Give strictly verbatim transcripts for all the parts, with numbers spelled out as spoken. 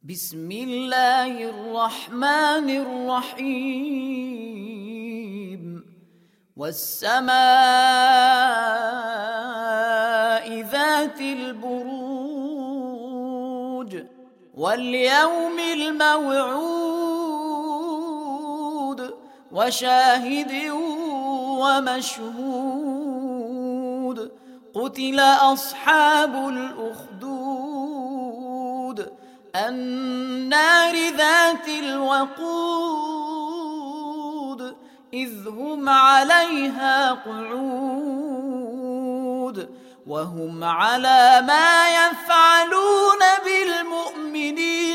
بسم الله الرحمن الرحيم والسماء ذات البروج واليوم الموعود وشاهد ومشهود قتل أصحاب الأخدود النار ذات الوقود إذ هم عليها قعود وهم على ما يفعلون بالمؤمنين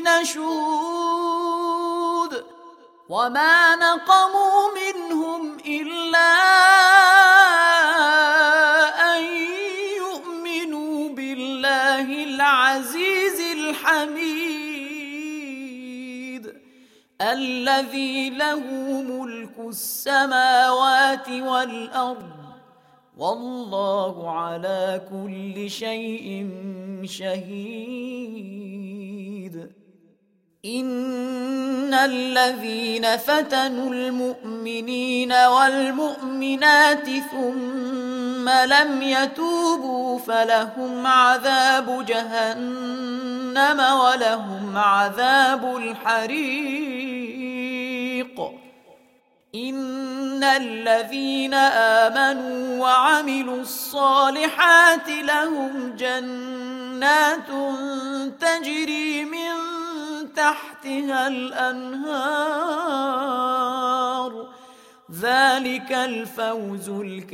شهود وما نقموا منهم إلا أن يؤمنوا بالله العزيز الحميد الذي له ملك السماوات والأرض والله على كل شيء شهيد. إن الذين فتنوا المؤمنين والمؤمنات ثم لم يتوبوا فلهم عذاب جهنم ولهم عذاب الحريق. إن الذين آمنوا وعملوا الصالحات لهم جنات تجري من تحتها الأنهار ذلك الفوز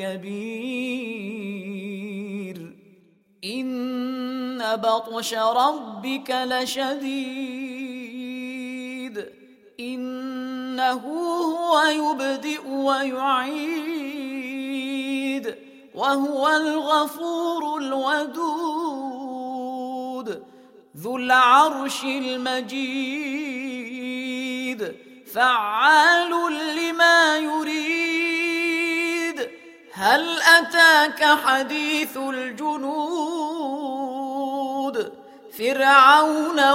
الكبير. إن بطش ربك لشديد إنه هو يبدئ ويعيد وهو الغفور الودود ذو العرش المجيد فعال لما يريد. هل أتاك حديث الجنود فرعون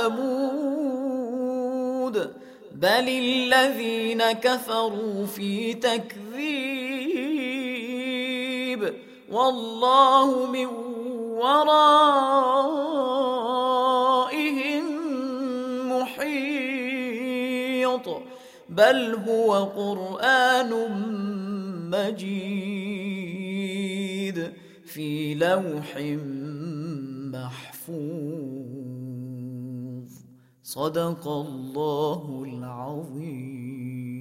وثمود بل الذين كفروا في تكذيب والله من ورائهم محيط بل هو قرآن مجيد في لوح محفوظ. صدق الله العظيم.